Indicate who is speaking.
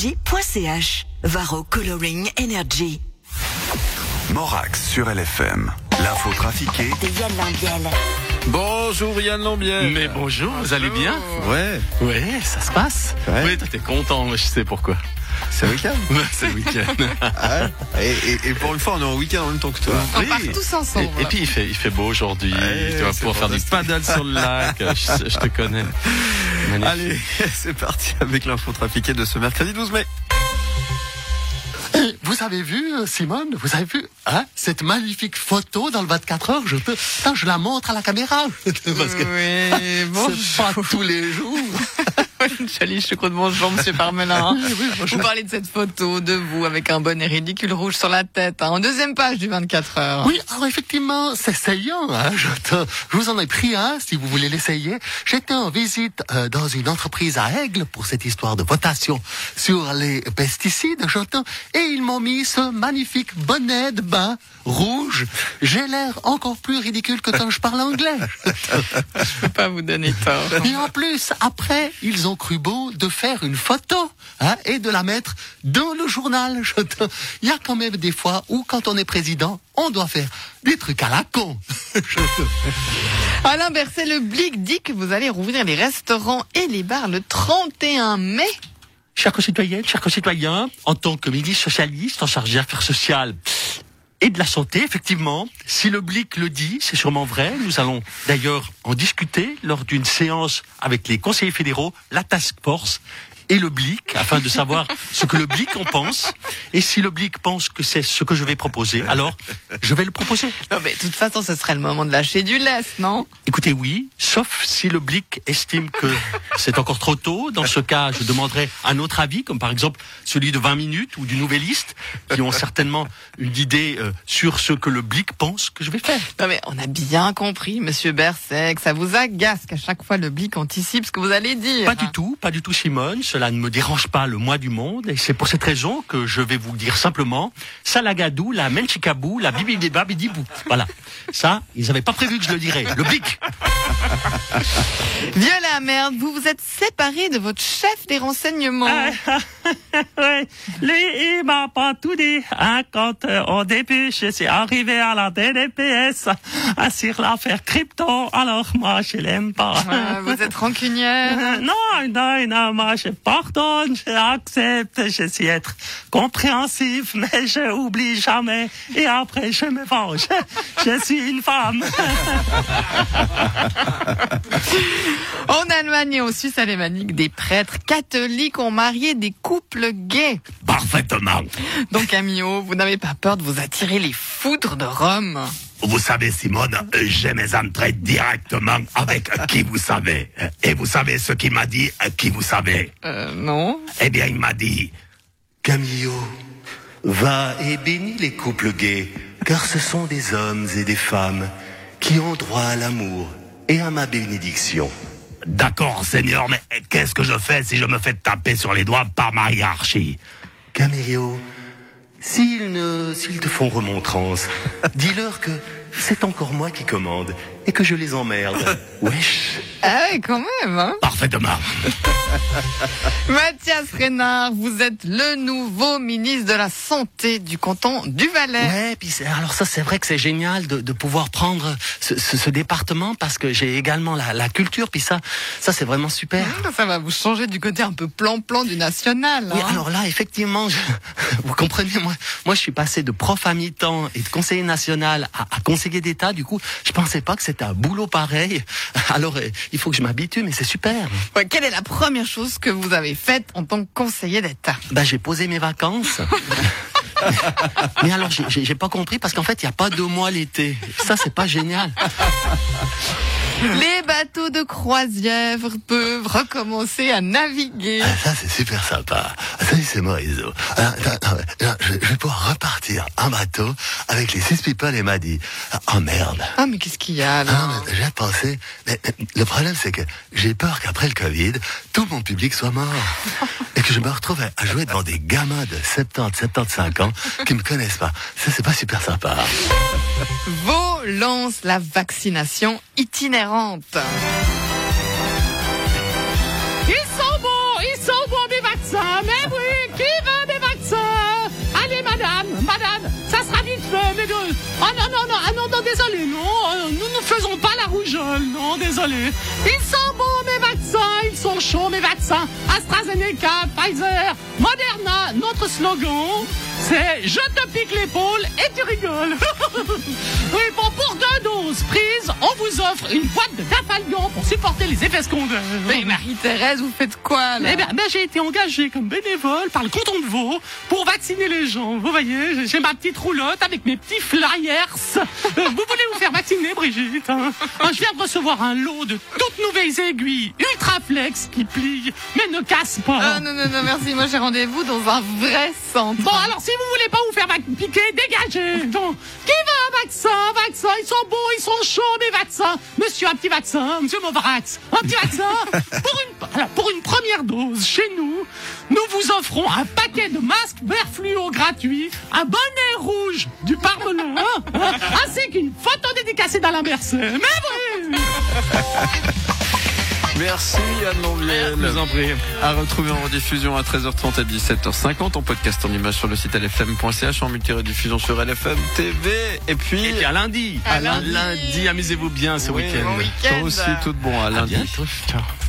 Speaker 1: varoenergy.ch. Varo Coloring Energy.
Speaker 2: Morax sur LFM. L'info trafiquée
Speaker 1: De Yann Lambiel.
Speaker 3: Bonjour Yann Lambiel.
Speaker 4: Mais bonjour, vous allez bien?
Speaker 3: Ouais.
Speaker 4: Ouais, ça se passe.
Speaker 3: Ouais.
Speaker 4: Oui, toi t'es content, je sais pourquoi.
Speaker 3: C'est le week-end.
Speaker 4: C'est le week-end.
Speaker 3: Ah ouais. Et pour une fois, on est en week-end en même temps que toi.
Speaker 5: On
Speaker 4: Oui.
Speaker 5: part tous ensemble.
Speaker 4: Et puis il fait beau aujourd'hui.
Speaker 3: Ouais,
Speaker 4: Tu vas
Speaker 3: c'est
Speaker 4: pouvoir faire du
Speaker 3: fantastique.
Speaker 4: paddle sur le lac. Je te connais. Magnifique.
Speaker 3: Allez, c'est parti avec l'info trafiquée de ce mercredi 12 mai.
Speaker 6: Et vous avez vu, Simone, vous avez vu cette magnifique photo dans le 24 heures? Je la montre à la caméra. Parce que
Speaker 5: Oui,
Speaker 6: c'est pas tous les jours.
Speaker 5: Une jolie choucroute, bonjour Monsieur Parmelin.
Speaker 6: Oui, bonjour.
Speaker 5: Vous parlez de cette photo de vous avec un bonnet ridicule rouge sur la tête, en deuxième page du 24 heures.
Speaker 6: Oui, alors effectivement, c'est saillant. Je vous en ai pris un, si vous voulez l'essayer. J'étais en visite dans une entreprise à Aigle pour cette histoire de votation sur les pesticides, et ils m'ont mis ce magnifique bonnet de bain rouge. J'ai l'air encore plus ridicule que quand je parle anglais.
Speaker 5: Je peux pas vous donner tort.
Speaker 6: Et en plus, après, ils ont cru beau de faire une photo et de la mettre dans le journal. Il y a quand même des fois où, quand on est président, on doit faire des trucs à la con.
Speaker 5: Alain Berset, le Blick dit que vous allez rouvrir les restaurants et les bars le 31 mai.
Speaker 6: Chers concitoyennes, chers concitoyens, en tant que ministre socialiste en charge des affaires sociales et de la santé, effectivement, si le Blick le dit, c'est sûrement vrai. Nous allons d'ailleurs en discuter lors d'une séance avec les conseillers fédéraux, la Task Force et le Blick, afin de savoir ce que le Blick en pense. Et si le Blick pense que c'est ce que je vais proposer, alors je vais le proposer.
Speaker 5: Non mais de toute façon, ce serait le moment de lâcher du lest, non?
Speaker 6: Écoutez, oui, sauf si le Blick estime que c'est encore trop tôt. Dans ce cas, je demanderai un autre avis, comme par exemple celui de 20 minutes ou du Nouvelliste, qui ont certainement une idée sur ce que le Blick pense que je vais faire.
Speaker 5: Non mais on a bien compris, Monsieur Berset, que ça vous agace qu'à chaque fois le Blick anticipe ce que vous allez dire.
Speaker 6: Pas du tout, Simone. Cela ne me dérange pas le mois du monde. Et c'est pour cette raison que je vais vous dire simplement Salagadou, la Menchikabou, la Bibideba Bidibou. Voilà. Ça, ils n'avaient pas prévu que je le dirais. Le Blick.
Speaker 5: Viola Merde, vous vous êtes séparé de votre chef des renseignements.
Speaker 7: Oui, lui, il m'a pas tout dit. Quand au début, je suis arrivé à la DDPS sur l'affaire crypto, alors moi, je l'aime pas.
Speaker 5: Vous êtes rancunière.
Speaker 7: Non, moi, je pardonne, j'accepte, je suis être compréhensif, mais je oublie jamais. Et après, je me venge. Je suis une femme.
Speaker 5: En Allemagne et en Suisse alémanique, des prêtres catholiques ont marié des couples gays.
Speaker 8: Parfaitement.
Speaker 5: Donc, Camillo, vous n'avez pas peur de vous attirer les foudres de Rome?
Speaker 8: Vous savez, Simone, j'ai mes entrées directement avec qui vous savez. Et vous savez ce qu'il m'a dit, qui vous savez?
Speaker 5: Non.
Speaker 8: Eh bien, il m'a dit...
Speaker 9: Camillo, va et bénis les couples gays, car ce sont des hommes et des femmes qui ont droit à l'amour et à ma bénédiction.
Speaker 8: D'accord, Seigneur, mais qu'est-ce que je fais si je me fais taper sur les doigts par ma hiérarchie?
Speaker 9: Camillo, s'ils te font remontrance, dis-leur que c'est encore moi qui commande et que je les emmerde. Wesh.
Speaker 5: Ah ouais, quand même, hein.
Speaker 8: Parfaitement.
Speaker 5: Mathias Reynard, vous êtes le nouveau ministre de la Santé du canton du Valais.
Speaker 6: Ouais, puis alors ça, c'est vrai que c'est génial de pouvoir prendre ce département, parce que j'ai également la culture, puis ça c'est vraiment super.
Speaker 5: Ça va vous changer du côté un peu plan-plan du national.
Speaker 6: Oui,
Speaker 5: hein.
Speaker 6: alors là, effectivement, vous comprenez, moi je suis passé de prof à mi-temps et de conseiller national à conseiller d'État. Du coup, je pensais pas que c'était un boulot pareil. Alors, il faut que je m'habitue, mais c'est super.
Speaker 5: Ouais, quelle est la première chose que vous avez faite en tant que conseiller d'État?
Speaker 6: J'ai posé mes vacances. Mais alors, j'ai pas compris, parce qu'en fait, il n'y a pas 2 mois l'été. Ça, c'est pas génial.
Speaker 5: Les bateaux de croisière peuvent recommencer à naviguer.
Speaker 9: Ça, c'est super sympa. Salut, c'est Moïse. Je vais pouvoir repartir en bateau avec les 6 people et Maddy. Oh merde.
Speaker 5: Ah, mais qu'est-ce qu'il y a, là?
Speaker 9: Mais j'ai pensé, mais le problème, c'est que j'ai peur qu'après le Covid, tout mon public soit mort. Et que je me retrouve à jouer devant des gamins de 75 ans qui me connaissent pas. Ça, c'est pas super sympa.
Speaker 5: Vaud lance la vaccination itinérante.
Speaker 7: Ils sont bons, des vaccins, mais oui, Allez, qui veut des vaccins? Allez, madame, ça sera vite fait, mais deux. Ah non, désolé, non, nous ne faisons pas la rougeole, non, désolé. Ils sont bons, mes vaccins, ils sont chauds, mes vaccins. AstraZeneca, Pfizer, Moderna, notre slogan, c'est « Je te pique l'épaule et tu rigoles ». Oui, bon, pour 2 doses prises, on vous offre une boîte de Dafalgan pour supporter les effets secondaires.
Speaker 5: Mais Marie-Thérèse, vous faites quoi, là?
Speaker 7: Eh ben, j'ai été engagé comme bénévole par le canton de Vaud pour vacciner les gens. Vous voyez, j'ai ma petite roulotte avec mes petits flyers. Vous voulez vous faire vacciner, Brigitte, hein? Je viens de recevoir un lot de toutes nouvelles aiguilles Ultraflex qui plient, mais ne cassent pas.
Speaker 5: Ah non, merci, moi j'ai rendez-vous dans un vrai centre.
Speaker 7: Bon, alors si vous voulez pas vous faire piquer, dégagez. Donc, qui veut un vaccin? Ils sont beaux, ils sont chauds, mes vaccins. Monsieur, un petit vaccin. Monsieur Movarax, un petit vaccin. Pour une première dose, chez nous, nous vous offrons un paquet de masques vert fluo gratuits, un bonnet rouge du Parlement, ainsi qu'une photo dédicacée d'Alain Berset. Mais oui.
Speaker 3: Merci Anne Longuiel.
Speaker 4: Je vous en prie.
Speaker 3: À retrouver en rediffusion à 13h30 et 17h50, en podcast en image sur le site lfm.ch, en multi-rediffusion sur LFM TV. Et puis
Speaker 4: à lundi.
Speaker 5: À lundi.
Speaker 4: Lundi, amusez-vous bien ce week-end.
Speaker 5: Bon week-end.
Speaker 3: toi aussi, tout de bon à lundi.
Speaker 4: À bientôt. Ciao.